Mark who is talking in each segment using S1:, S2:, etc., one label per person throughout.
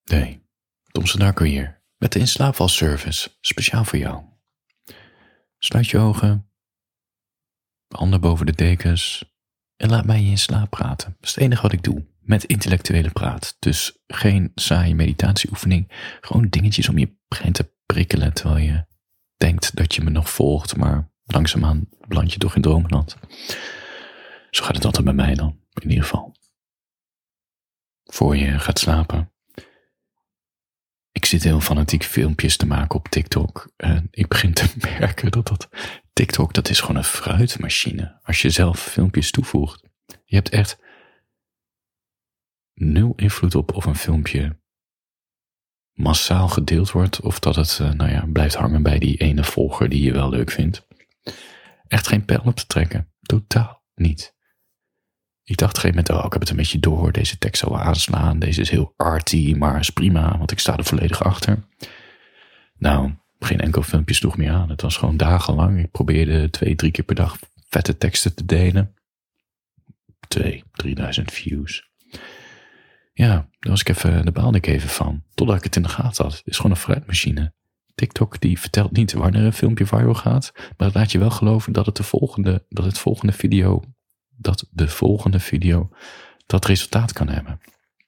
S1: Hey, Tom Darko hier, met de inslaapvalservice, speciaal voor jou. Sluit je ogen, handen boven de dekens en laat mij je in slaap praten. Dat is het enige wat ik doe, met intellectuele praat. Dus geen saaie meditatieoefening, gewoon dingetjes om je brein te prikkelen terwijl je denkt dat je me nog volgt, maar langzaamaan beland je toch in droomland. Zo gaat het altijd bij mij dan, in ieder geval. Voor je gaat slapen. Ik zit heel fanatiek filmpjes te maken op TikTok. En ik begin te merken dat TikTok, dat is gewoon een fruitmachine. Als je zelf filmpjes toevoegt. Je hebt echt 0 invloed op of een filmpje massaal gedeeld wordt. Of dat het blijft hangen bij die ene volger die je wel leuk vindt. Echt geen pijl op te trekken. Totaal niet. Ik dacht op een gegeven moment, ik heb het een beetje door. Deze tekst zal wel aanslaan. Deze is heel arty, maar is prima, want ik sta er volledig achter. Nou, geen enkel filmpje sloeg meer aan. Het was gewoon dagenlang. Ik probeerde 2-3 keer per dag vette teksten te delen. 2.000-3.000 views. Ja, daar baalde ik even van. Totdat ik het in de gaten had. Het is gewoon een fruitmachine. TikTok die vertelt niet wanneer een filmpje viral gaat. Maar het laat je wel geloven dat de volgende video dat resultaat kan hebben.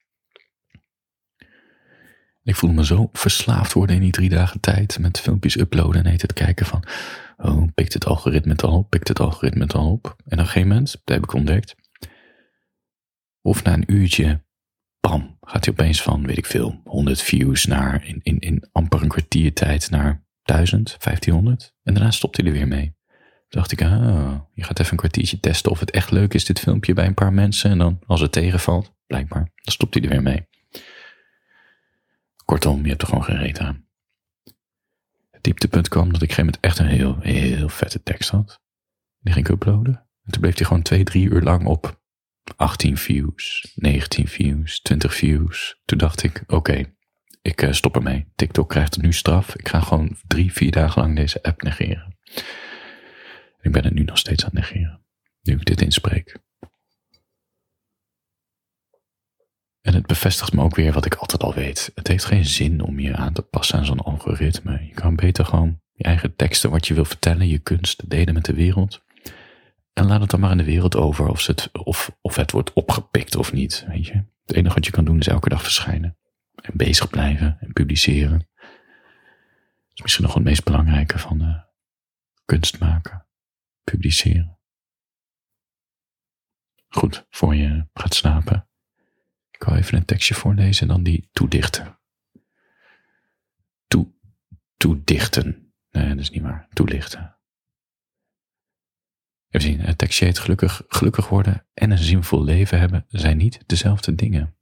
S1: Ik voelde me zo verslaafd worden in die 3 dagen tijd met filmpjes uploaden en het kijken van, pikt het algoritme het al op? En op een gegeven moment, dat heb ik ontdekt, of na een uurtje, bam, gaat hij opeens van, 100 views naar, in amper een kwartiertijd naar 1000, 1500 en daarna stopt hij er weer mee. Toen dacht ik, je gaat even een kwartiertje testen of het echt leuk is, dit filmpje, bij een paar mensen. En dan, als het tegenvalt, blijkbaar, dan stopt hij er weer mee. Kortom, je hebt er gewoon geen reet aan. Het dieptepunt kwam dat ik op een gegeven moment echt een heel vette tekst had. Die ging ik uploaden. En toen bleef hij gewoon 2-3 uur lang op 18 views, 19 views, 20 views. Toen dacht ik, oké, ik stop ermee. TikTok krijgt er nu straf. Ik ga gewoon 3-4 dagen lang deze app negeren. Ik ben het nu nog steeds aan het negeren, nu ik dit inspreek. En het bevestigt me ook weer wat ik altijd al weet. Het heeft geen zin om je aan te passen aan zo'n algoritme. Je kan beter gewoon je eigen teksten, wat je wil vertellen, je kunst delen met de wereld. En laat het dan maar in de wereld over of het wordt opgepikt of niet. Weet je? Het enige wat je kan doen is elke dag verschijnen. En bezig blijven en publiceren. Dat is misschien nog het meest belangrijke van kunst maken. Publiceren. Goed, voor je gaat slapen. Ik wil even een tekstje voorlezen en dan die toedichten. Toedichten. Nee, dat is niet waar. Toelichten. Even zien, het tekstje heet gelukkig worden en een zinvol leven hebben zijn niet dezelfde dingen.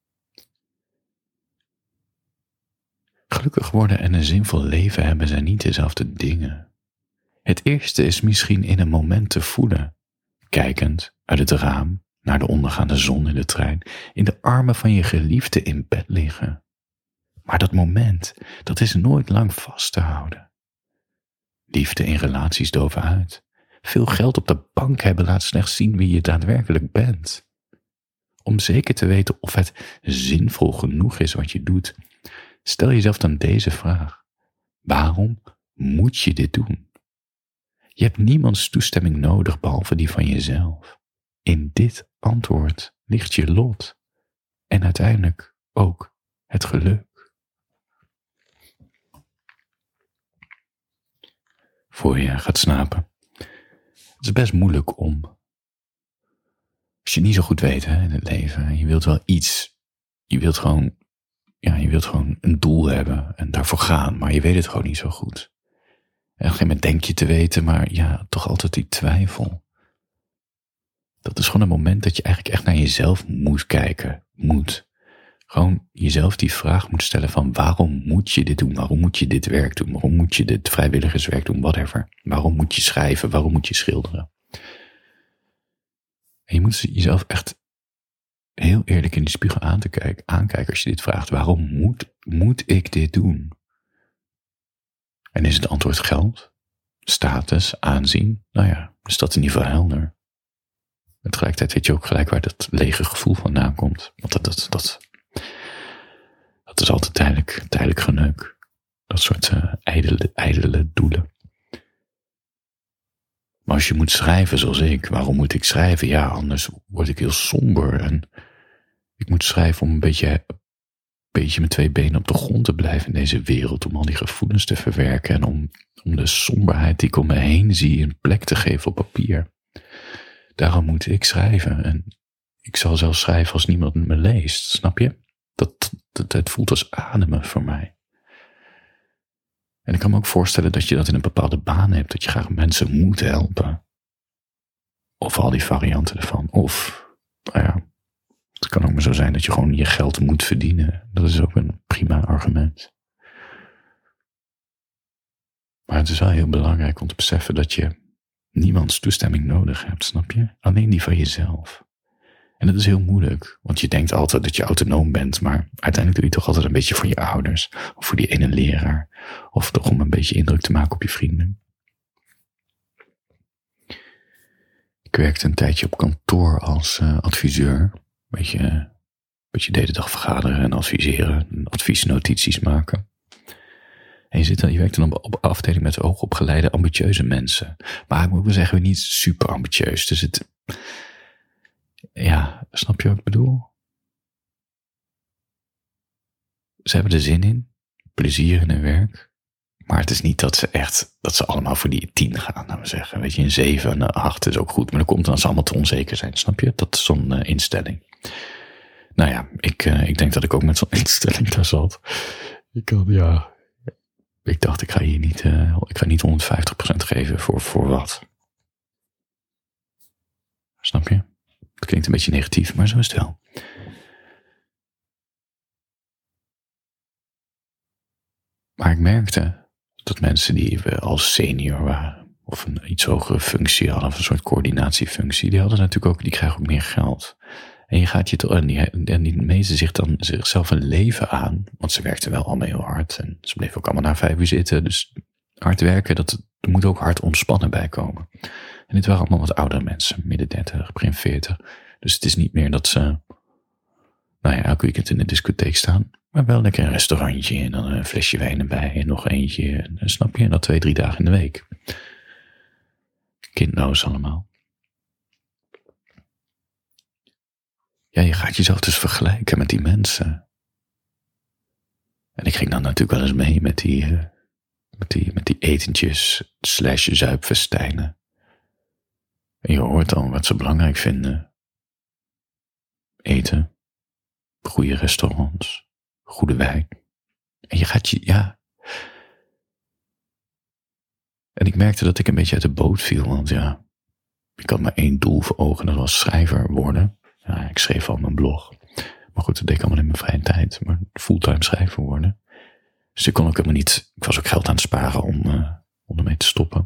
S1: Gelukkig worden en een zinvol leven hebben zijn niet dezelfde dingen. Het eerste is misschien in een moment te voelen, kijkend uit het raam naar de ondergaande zon in de trein, in de armen van je geliefde in bed liggen. Maar dat moment, dat is nooit lang vast te houden. Liefde in relaties doven uit. Veel geld op de bank hebben laat slechts zien wie je daadwerkelijk bent. Om zeker te weten of het zinvol genoeg is wat je doet, stel jezelf dan deze vraag. Waarom moet je dit doen? Je hebt niemands toestemming nodig behalve die van jezelf. In dit antwoord ligt je lot en uiteindelijk ook het geluk. Voor je gaat slapen. Het is best moeilijk om, als je het niet zo goed weet in het leven, en je wilt wel iets, je wilt gewoon een doel hebben en daarvoor gaan, maar je weet het gewoon niet zo goed. En op een gegeven moment denk je te weten, maar ja, toch altijd die twijfel. Dat is gewoon een moment dat je eigenlijk echt naar jezelf moet kijken. Gewoon jezelf die vraag moet stellen van waarom moet je dit doen? Waarom moet je dit werk doen? Waarom moet je dit vrijwilligerswerk doen? Whatever. Waarom moet je schrijven? Waarom moet je schilderen? En je moet jezelf echt heel eerlijk in die spiegel aankijken als je dit vraagt. Waarom moet ik dit doen? En is het antwoord geld? Status? Aanzien? Nou ja, is dat in ieder geval helder. Tegelijkertijd weet je ook gelijk waar dat lege gevoel vandaan komt. Want dat dat is altijd tijdelijk geneuk. Dat soort ijdele doelen. Maar als je moet schrijven zoals ik, waarom moet ik schrijven? Ja, anders word ik heel somber. En ik moet schrijven om een beetje met 2 benen op de grond te blijven in deze wereld. Om al die gevoelens te verwerken. En om de somberheid die ik om me heen zie een plek te geven op papier. Daarom moet ik schrijven. En ik zal zelfs schrijven als niemand me leest. Snap je? Het voelt als ademen voor mij. En ik kan me ook voorstellen dat je dat in een bepaalde baan hebt. Dat je graag mensen moet helpen. Of al die varianten ervan. Of, nou ja, het kan ook maar zo zijn dat je gewoon je geld moet verdienen. Dat is ook een prima argument. Maar het is wel heel belangrijk om te beseffen dat je niemands toestemming nodig hebt, snap je? Alleen die van jezelf. En dat is heel moeilijk, want je denkt altijd dat je autonoom bent, maar uiteindelijk doe je toch altijd een beetje voor je ouders, of voor die ene leraar, of toch om een beetje indruk te maken op je vrienden. Ik werkte een tijdje op kantoor als adviseur, een beetje de hele dag vergaderen en adviseren, adviesnotities maken. En je werkt dan op een afdeling met hoogopgeleide, ambitieuze mensen. Maar ik moet wel zeggen, niet super ambitieus. Dus ja, snap je wat ik bedoel? Ze hebben er zin in, plezier in hun werk. Maar het is niet dat ze allemaal voor die 10 gaan, laten we zeggen. Weet je, een 7 en een 8 is ook goed. Maar dat komt dan als ze allemaal te onzeker zijn, snap je? Dat is zo'n instelling. Nou ja, ik denk dat ik ook met zo'n instelling daar zat. Ik dacht, ik ga niet 150% geven voor wat. Snap je? Het klinkt een beetje negatief, maar zo is het wel. Maar ik merkte dat mensen die als senior waren, of een iets hogere functie hadden, of een soort coördinatiefunctie, die krijgen ook meer geld. En je gaat die meesten zichzelf een leven aan, want ze werkten wel allemaal heel hard en ze bleven ook allemaal na 5 uur zitten. Dus hard werken, er moet ook hard ontspannen bij komen. En dit waren allemaal wat oudere mensen, midden 30, begin 40. Dus het is niet meer dat ze, elke weekend in de discotheek staan, maar wel lekker een restaurantje en dan een flesje wijn erbij en nog eentje. En, snap je? En dat 2-3 dagen in de week. Kindloos allemaal. Ja, je gaat jezelf dus vergelijken met die mensen. En ik ging dan natuurlijk wel eens mee met die etentjes / zuipfestijnen. En je hoort dan wat ze belangrijk vinden. Eten, goede restaurants, goede wijn. En je gaat En ik merkte dat ik een beetje uit de boot viel, want ik had maar 1 doel voor ogen, dat was schrijver worden. Ja, ik schreef al mijn blog. Maar goed, dat deed ik allemaal in mijn vrije tijd. Maar fulltime schrijver worden. Dus ik kon ook helemaal niet. Ik was ook geld aan het sparen om ermee te stoppen.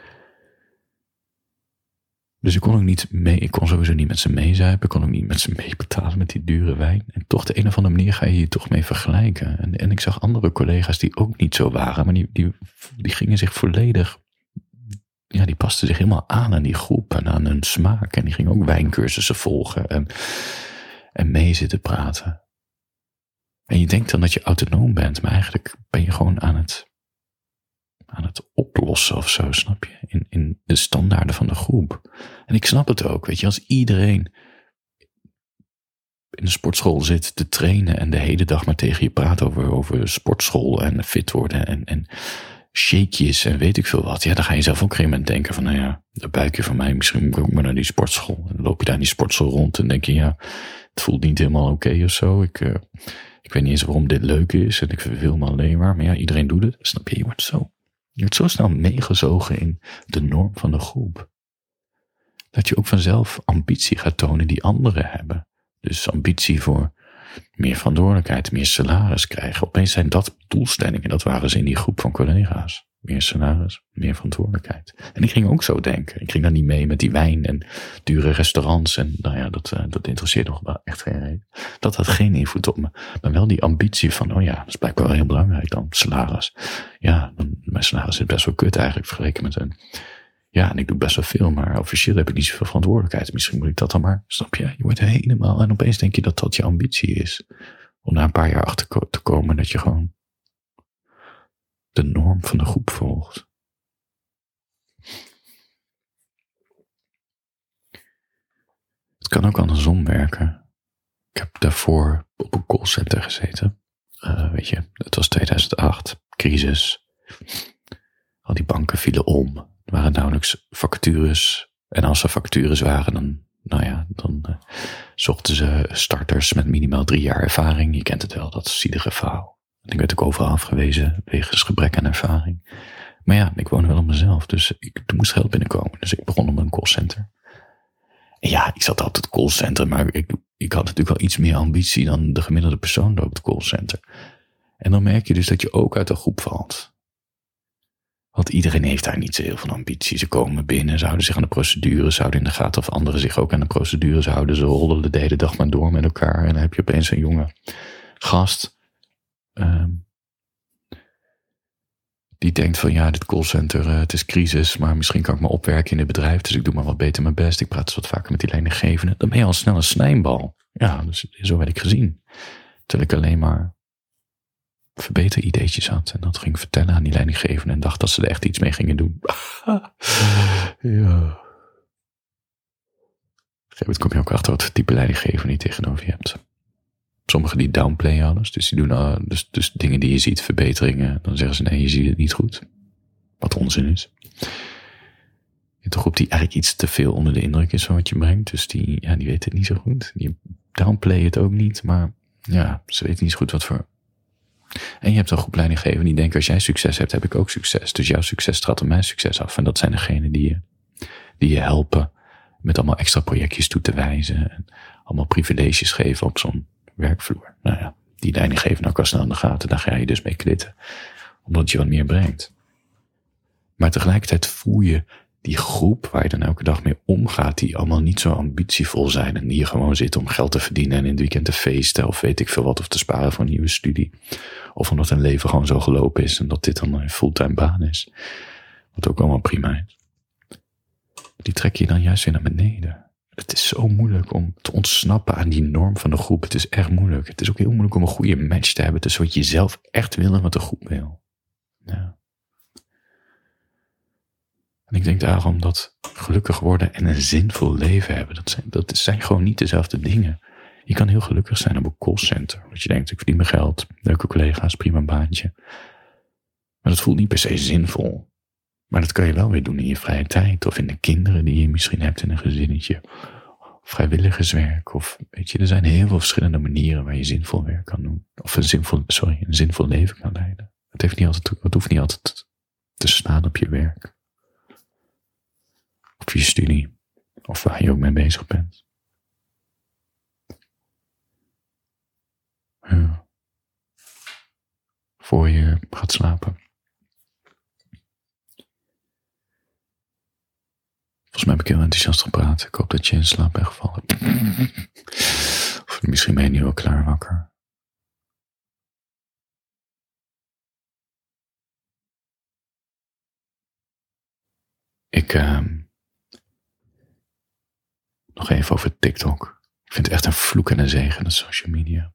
S1: Dus ik kon ook niet mee. Ik kon sowieso niet met ze meezuipen. Ik kon ook niet met ze meebetalen met die dure wijn. En toch de een of andere manier ga je hier toch mee vergelijken. En ik zag andere collega's die ook niet zo waren. Maar die gingen zich volledig. Ja, die pasten zich helemaal aan die groep en aan hun smaak. En die gingen ook wijncursussen volgen en mee zitten praten. En je denkt dan dat je autonoom bent, maar eigenlijk ben je gewoon aan het oplossen of zo, snap je? In de standaarden van de groep. En ik snap het ook, weet je, als iedereen in de sportschool zit te trainen en de hele dag maar tegen je praat over sportschool en fit worden en shakejes en weet ik veel wat. Ja, dan ga je zelf ook op een gegeven moment denken van, dat buikje van mij, misschien moet ik ook maar naar die sportschool. En dan loop je daar in die sportschool rond en denk je, het voelt niet helemaal oké of zo. Ik weet niet eens waarom dit leuk is en ik verveel me alleen maar iedereen doet het. Snap je? Je wordt zo snel meegezogen in de norm van de groep. Dat je ook vanzelf ambitie gaat tonen die anderen hebben. Dus ambitie voor meer verantwoordelijkheid, meer salaris krijgen. Opeens zijn dat doelstellingen. Dat waren ze in die groep van collega's. Meer salaris, meer verantwoordelijkheid. En ik ging ook zo denken. Ik ging dan niet mee met die wijn en dure restaurants. En dat interesseert nog wel echt geen reden. Dat had geen invloed op me. Maar wel die ambitie van, dat is blijkbaar wel heel belangrijk dan. Salaris. Ja, mijn salaris is best wel kut eigenlijk vergeleken met hun. Ja, en ik doe best wel veel, maar officieel heb ik niet zoveel verantwoordelijkheid. Misschien moet ik dat dan maar, snap je? Je wordt helemaal, en opeens denk je dat dat je ambitie is. Om na een paar jaar achter te komen dat je gewoon de norm van de groep volgt. Het kan ook andersom werken. Ik heb daarvoor op een callcenter gezeten. Weet je, het was 2008, crisis. Al die banken vielen om. Er waren nauwelijks vacatures. En als er vacatures waren, dan zochten ze starters met minimaal 3 jaar ervaring. Je kent het wel, dat zielige verhaal. En ik werd ook overal afgewezen wegens gebrek aan ervaring. Maar ja, ik woonde wel op mezelf, dus er moest geld binnenkomen. Dus ik begon op een callcenter. En ja, ik zat altijd callcenter, maar ik had natuurlijk wel iets meer ambitie dan de gemiddelde persoon op het callcenter. En dan merk je dus dat je ook uit de groep valt. Want iedereen heeft daar niet zo heel veel ambitie. Ze komen binnen, ze houden zich aan de procedure, ze houden in de gaten of anderen zich ook aan de procedure houden. Ze roddelen de hele dag maar door met elkaar. En dan heb je opeens een jonge gast die denkt van ja, dit callcenter, het is crisis, maar misschien kan ik me opwerken in het bedrijf, dus ik doe maar wat beter mijn best. Ik praat dus wat vaker met die leidinggevende. Dan ben je al snel een snijbal. Ja, dus zo werd ik gezien. Terwijl ik alleen maar verbeterideetjes had en dat ging vertellen aan die leidinggevende en dacht dat ze er echt iets mee gingen doen. Ja. Op een gegeven moment kom je ook achter wat voor type leidinggevende je tegenover je hebt. Sommigen die downplayen alles, dus die doen dus dingen die je ziet, verbeteringen, dan zeggen ze nee, je ziet het niet goed. Wat onzin is. Je hebt een groep die eigenlijk iets te veel onder de indruk is van wat je brengt, dus die weten het niet zo goed. Die downplayen het ook niet, maar ja, ze weten niet zo goed wat voor. En je hebt een groep leidinggevenden die denken, als jij succes hebt, heb ik ook succes. Dus jouw succes straalt op mijn succes af. En dat zijn degenen die je helpen met allemaal extra projectjes toe te wijzen en allemaal privileges geven op zo'n werkvloer. Nou ja, die leidinggevende ook al snel in de gaten, daar ga je dus mee klitten. Omdat je wat meer brengt. Maar tegelijkertijd voel je die groep waar je dan elke dag mee omgaat, die allemaal niet zo ambitievol zijn en die hier gewoon zitten om geld te verdienen en in het weekend te feesten of weet ik veel wat, of te sparen voor een nieuwe studie. Of omdat hun leven gewoon zo gelopen is en dat dit dan een fulltime baan is. Wat ook allemaal prima is. Die trek je dan juist weer naar beneden. Het is zo moeilijk om te ontsnappen aan die norm van de groep. Het is echt moeilijk. Het is ook heel moeilijk om een goede match te hebben tussen wat je zelf echt wil en wat de groep wil. Ja. En ik denk daarom dat gelukkig worden en een zinvol leven hebben, dat zijn gewoon niet dezelfde dingen. Je kan heel gelukkig zijn op een callcenter. Dat je denkt, ik verdien mijn geld, leuke collega's, prima baantje. Maar dat voelt niet per se zinvol. Maar dat kan je wel weer doen in je vrije tijd. Of in de kinderen die je misschien hebt in een gezinnetje. Of vrijwilligerswerk. Of weet je, er zijn heel veel verschillende manieren waar je zinvol werk kan doen. Of een zinvol leven kan leiden. Het hoeft niet altijd te staan op je werk. Of je studie. Of waar je ook mee bezig bent. Ja. Voor je gaat slapen. Volgens mij heb ik heel enthousiast gepraat. Ik hoop dat je in slaap bent gevallen. Of misschien ben je nu al klaar wakker. Nog even over TikTok. Ik vind het echt een vloek en een zegen, de social media.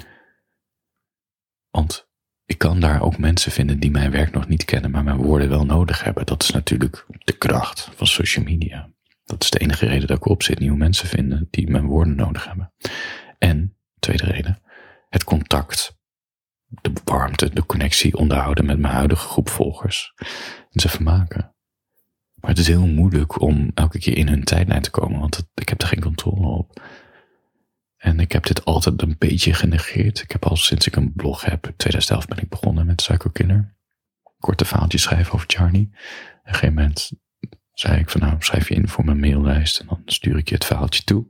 S1: Want ik kan daar ook mensen vinden die mijn werk nog niet kennen, maar mijn woorden wel nodig hebben. Dat is natuurlijk de kracht van social media. Dat is de enige reden dat ik erop zit. Nieuwe mensen vinden die mijn woorden nodig hebben. En, tweede reden, het contact, de warmte, de connectie onderhouden met mijn huidige groep volgers. En ze vermaken. Maar het is heel moeilijk om elke keer in hun tijdlijn te komen, want ik heb er geen controle op. En ik heb dit altijd een beetje genegeerd. Ik heb al sinds ik een blog heb, in 2011 ben ik begonnen met Psycho Killer. Korte verhaaltjes schrijven over Charlie. En op een gegeven moment zei ik van nou, schrijf je in voor mijn maillijst en dan stuur ik je het verhaaltje toe.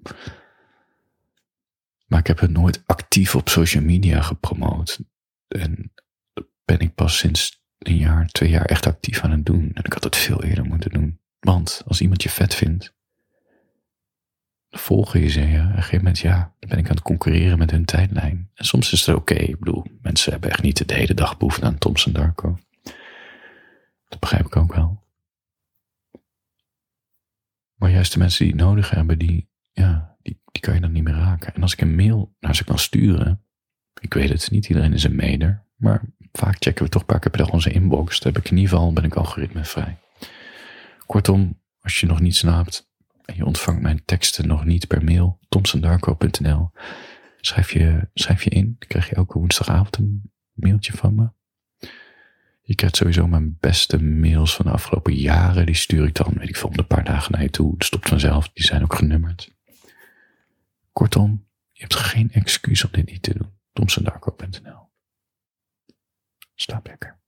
S1: Maar ik heb het nooit actief op social media gepromoot. En dat ben ik pas sinds 1 jaar, 2 jaar echt actief aan het doen. En ik had het veel eerder moeten doen. Want als iemand je vet vindt, dan volgen je ze. Ja. Op een gegeven moment, ja, dan ben ik aan het concurreren met hun tijdlijn. En soms is het oké. Ik bedoel, mensen hebben echt niet de hele dag behoefte aan Thompson Darko. Dat begrijp ik ook wel. Maar juist de mensen die het nodig hebben, die kan je dan niet meer raken. En als ik een mail naar ze kan sturen, ik weet het, niet iedereen is een mailer. Maar vaak checken we toch een paar keer per dag onze inbox. Daar heb ik in ieder geval, ben ik algoritmevrij. Kortom, als je nog niet slaapt en je ontvangt mijn teksten nog niet per mail, thomsondarko.nl. Schrijf je in, dan krijg je elke woensdagavond een mailtje van me. Je krijgt sowieso mijn beste mails van de afgelopen jaren. Die stuur ik dan, weet ik veel, om een paar dagen naar je toe. Het stopt vanzelf, die zijn ook genummerd. Kortom, je hebt geen excuus om dit niet te doen. thomsondarko.nl. Slaap lekker.